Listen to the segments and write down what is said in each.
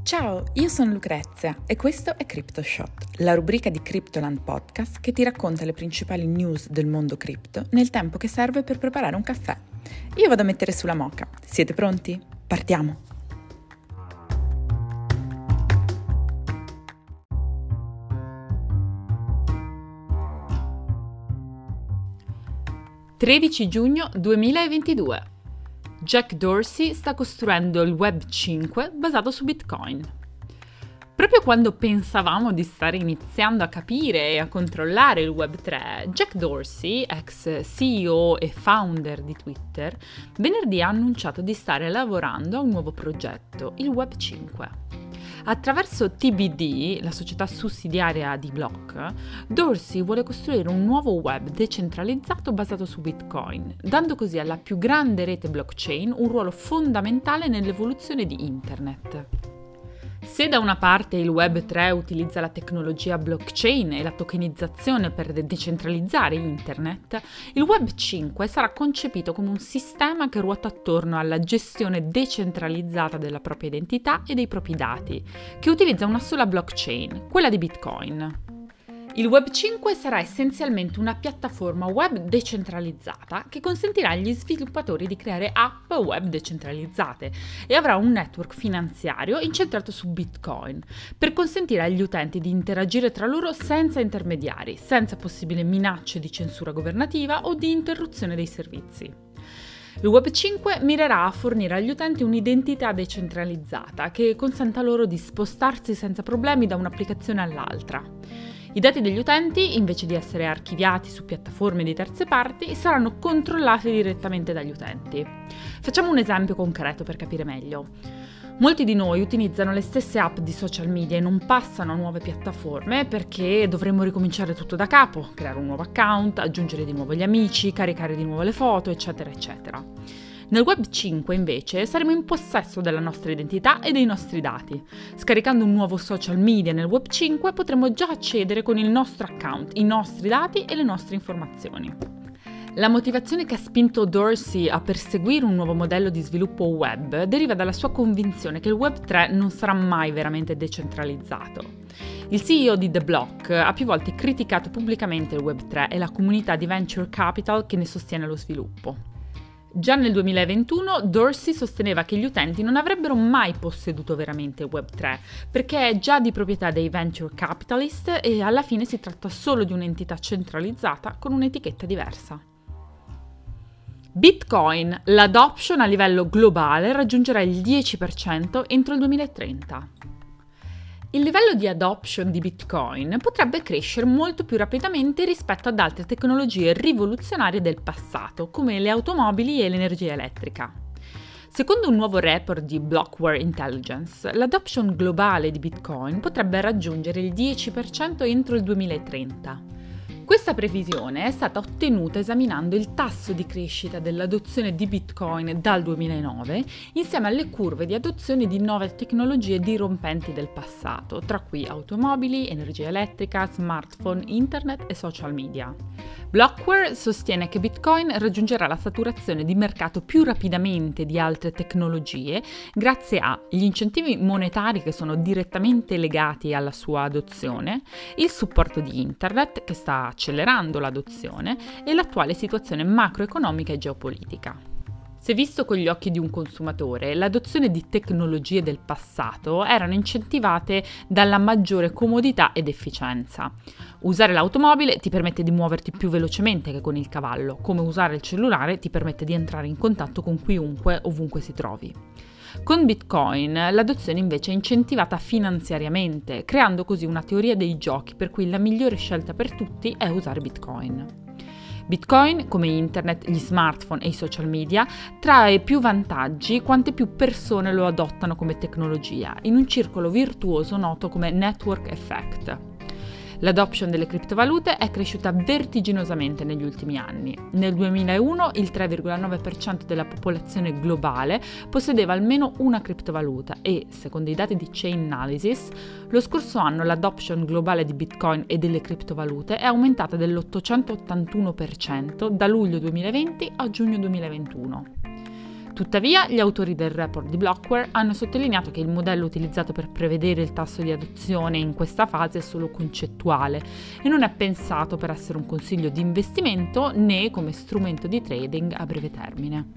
Ciao, io sono Lucrezia e questo è CryptoShot, la rubrica di Cryptoland Podcast che ti racconta le principali news del mondo cripto nel tempo che serve per preparare un caffè. Io vado a mettere sulla moka. Siete pronti? Partiamo! (13 giugno 2022) Jack Dorsey sta costruendo il Web 5 basato su Bitcoin. Proprio quando pensavamo di stare iniziando a capire e a controllare il Web 3, Jack Dorsey, ex CEO e founder di Twitter, venerdì ha annunciato di stare lavorando a un nuovo progetto, il Web 5. Attraverso TBD, la società sussidiaria di Block, Dorsey vuole costruire un nuovo web decentralizzato basato su Bitcoin, dando così alla più grande rete blockchain un ruolo fondamentale nell'evoluzione di Internet. Se da una parte il Web 3 utilizza la tecnologia blockchain e la tokenizzazione per decentralizzare Internet, il Web 5 sarà concepito come un sistema che ruota attorno alla gestione decentralizzata della propria identità e dei propri dati, che utilizza una sola blockchain, quella di Bitcoin. Il Web 5 sarà essenzialmente una piattaforma web decentralizzata che consentirà agli sviluppatori di creare app web decentralizzate e avrà un network finanziario incentrato su Bitcoin per consentire agli utenti di interagire tra loro senza intermediari, senza possibili minacce di censura governativa o di interruzione dei servizi. Il Web 5 mirerà a fornire agli utenti un'identità decentralizzata che consenta loro di spostarsi senza problemi da un'applicazione all'altra. I dati degli utenti, invece di essere archiviati su piattaforme di terze parti, saranno controllati direttamente dagli utenti. Facciamo un esempio concreto per capire meglio. Molti di noi utilizzano le stesse app di social media e non passano a nuove piattaforme perché dovremmo ricominciare tutto da capo, creare un nuovo account, aggiungere di nuovo gli amici, caricare di nuovo le foto, eccetera, eccetera. Nel Web 5 invece saremo in possesso della nostra identità e dei nostri dati. Scaricando un nuovo social media nel Web 5 potremo già accedere con il nostro account, i nostri dati e le nostre informazioni. La motivazione che ha spinto Dorsey a perseguire un nuovo modello di sviluppo web deriva dalla sua convinzione che il Web 3 non sarà mai veramente decentralizzato. Il CEO di The Block ha più volte criticato pubblicamente il Web 3 e la comunità di venture capital che ne sostiene lo sviluppo. Già nel 2021 Dorsey sosteneva che gli utenti non avrebbero mai posseduto veramente il Web 3 perché è già di proprietà dei venture capitalist e alla fine si tratta solo di un'entità centralizzata con un'etichetta diversa. Bitcoin, l'adoption a livello globale raggiungerà il 10% entro il 2030. Il livello di adoption di Bitcoin potrebbe crescere molto più rapidamente rispetto ad altre tecnologie rivoluzionarie del passato, come le automobili e l'energia elettrica. Secondo un nuovo report di Blockware Intelligence, l'adoption globale di Bitcoin potrebbe raggiungere il 10% entro il 2030. Questa previsione è stata ottenuta esaminando il tasso di crescita dell'adozione di Bitcoin dal 2009 insieme alle curve di adozione di nuove tecnologie dirompenti del passato, tra cui automobili, energia elettrica, smartphone, internet e social media. Blockware sostiene che Bitcoin raggiungerà la saturazione di mercato più rapidamente di altre tecnologie grazie agli incentivi monetari che sono direttamente legati alla sua adozione, il supporto di internet che sta accelerando l'adozione e l'attuale situazione macroeconomica e geopolitica. Se visto con gli occhi di un consumatore, l'adozione di tecnologie del passato erano incentivate dalla maggiore comodità ed efficienza. Usare l'automobile ti permette di muoverti più velocemente che con il cavallo, come usare il cellulare ti permette di entrare in contatto con chiunque ovunque si trovi. Con Bitcoin l'adozione invece è incentivata finanziariamente, creando così una teoria dei giochi per cui la migliore scelta per tutti è usare Bitcoin. Bitcoin, come internet, gli smartphone e i social media, trae più vantaggi quante più persone lo adottano come tecnologia, in un circolo virtuoso noto come network effect. L'adoption delle criptovalute è cresciuta vertiginosamente negli ultimi anni. Nel 2001 il 3,9% della popolazione globale possedeva almeno una criptovaluta e, secondo i dati di Chainalysis, lo scorso anno l'adoption globale di Bitcoin e delle criptovalute è aumentata dell'881% da luglio 2020 a giugno 2021. Tuttavia, gli autori del report di Blockware hanno sottolineato che il modello utilizzato per prevedere il tasso di adozione in questa fase è solo concettuale e non è pensato per essere un consiglio di investimento né come strumento di trading a breve termine.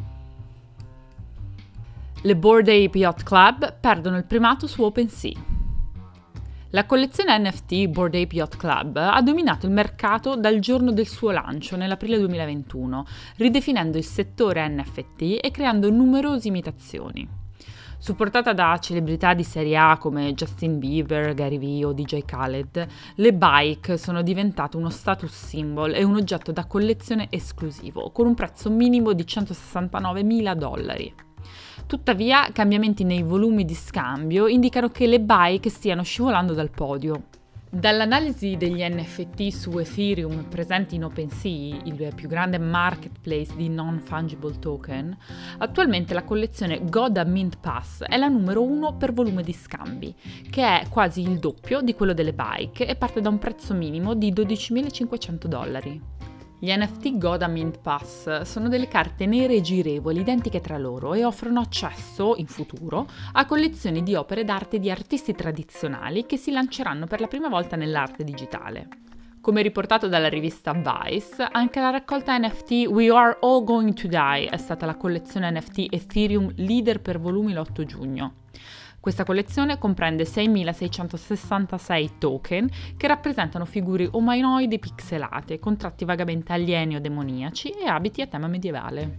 Le Bored Ape Yacht Club perdono il primato su OpenSea. La collezione NFT Bored Ape Yacht Club ha dominato il mercato dal giorno del suo lancio nell'aprile 2021, ridefinendo il settore NFT e creando numerose imitazioni. Supportata da celebrità di serie A come Justin Bieber, Gary Vee o DJ Khaled, le bike sono diventate uno status symbol e un oggetto da collezione esclusivo, con un prezzo minimo di $169.000. Tuttavia, cambiamenti nei volumi di scambio indicano che le bike stiano scivolando dal podio. Dall'analisi degli NFT su Ethereum presenti in OpenSea, il più grande marketplace di non-fungible token, attualmente la collezione Goda Mint Pass è la numero 1 per volume di scambi, che è quasi il doppio di quello delle bike e parte da un prezzo minimo di $12.500. Gli NFT Goda Mint Pass sono delle carte nere e girevoli identiche tra loro e offrono accesso, in futuro, a collezioni di opere d'arte di artisti tradizionali che si lanceranno per la prima volta nell'arte digitale. Come riportato dalla rivista Vice, anche la raccolta NFT We Are All Going to Die è stata la collezione NFT Ethereum leader per volumi l'8 giugno. Questa collezione comprende 6.666 token che rappresentano figure umanoidi pixelate, con tratti vagamente alieni o demoniaci e abiti a tema medievale.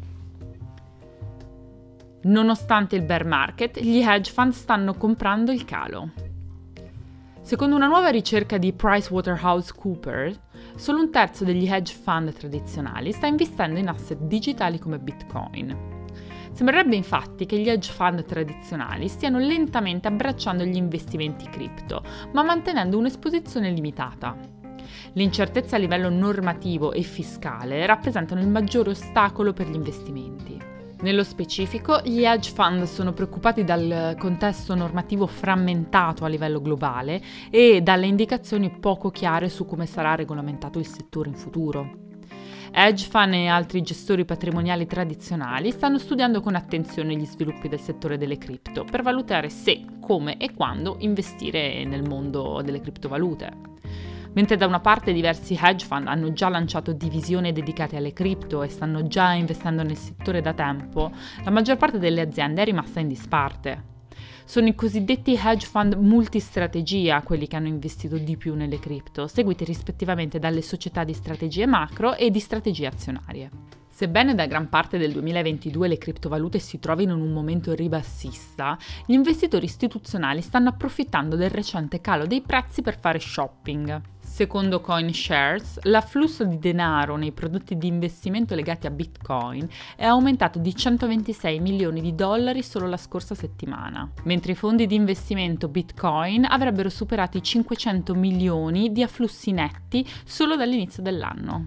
Nonostante il bear market, gli hedge fund stanno comprando il calo. Secondo una nuova ricerca di PricewaterhouseCoopers, solo un terzo degli hedge fund tradizionali sta investendo in asset digitali come Bitcoin. Sembrerebbe infatti che gli hedge fund tradizionali stiano lentamente abbracciando gli investimenti cripto, ma mantenendo un'esposizione limitata. L'incertezza a livello normativo e fiscale rappresentano il maggiore ostacolo per gli investimenti. Nello specifico, gli hedge fund sono preoccupati dal contesto normativo frammentato a livello globale e dalle indicazioni poco chiare su come sarà regolamentato il settore in futuro. Hedge fund e altri gestori patrimoniali tradizionali stanno studiando con attenzione gli sviluppi del settore delle cripto per valutare se, come e quando investire nel mondo delle criptovalute. Mentre da una parte diversi hedge fund hanno già lanciato divisioni dedicate alle cripto e stanno già investendo nel settore da tempo, la maggior parte delle aziende è rimasta in disparte. Sono i cosiddetti hedge fund multistrategia quelli che hanno investito di più nelle cripto, seguiti rispettivamente dalle società di strategie macro e di strategie azionarie. Sebbene da gran parte del 2022 le criptovalute si trovino in un momento ribassista, gli investitori istituzionali stanno approfittando del recente calo dei prezzi per fare shopping. Secondo CoinShares, l'afflusso di denaro nei prodotti di investimento legati a Bitcoin è aumentato di $126 milioni solo la scorsa settimana, mentre i fondi di investimento Bitcoin avrebbero superato i 500 milioni di afflussi netti solo dall'inizio dell'anno.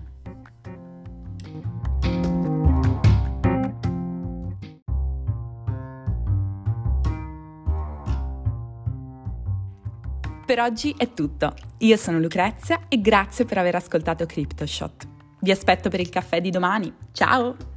Per oggi è tutto. Io sono Lucrezia e grazie per aver ascoltato CryptoShot. Vi aspetto per il caffè di domani. Ciao!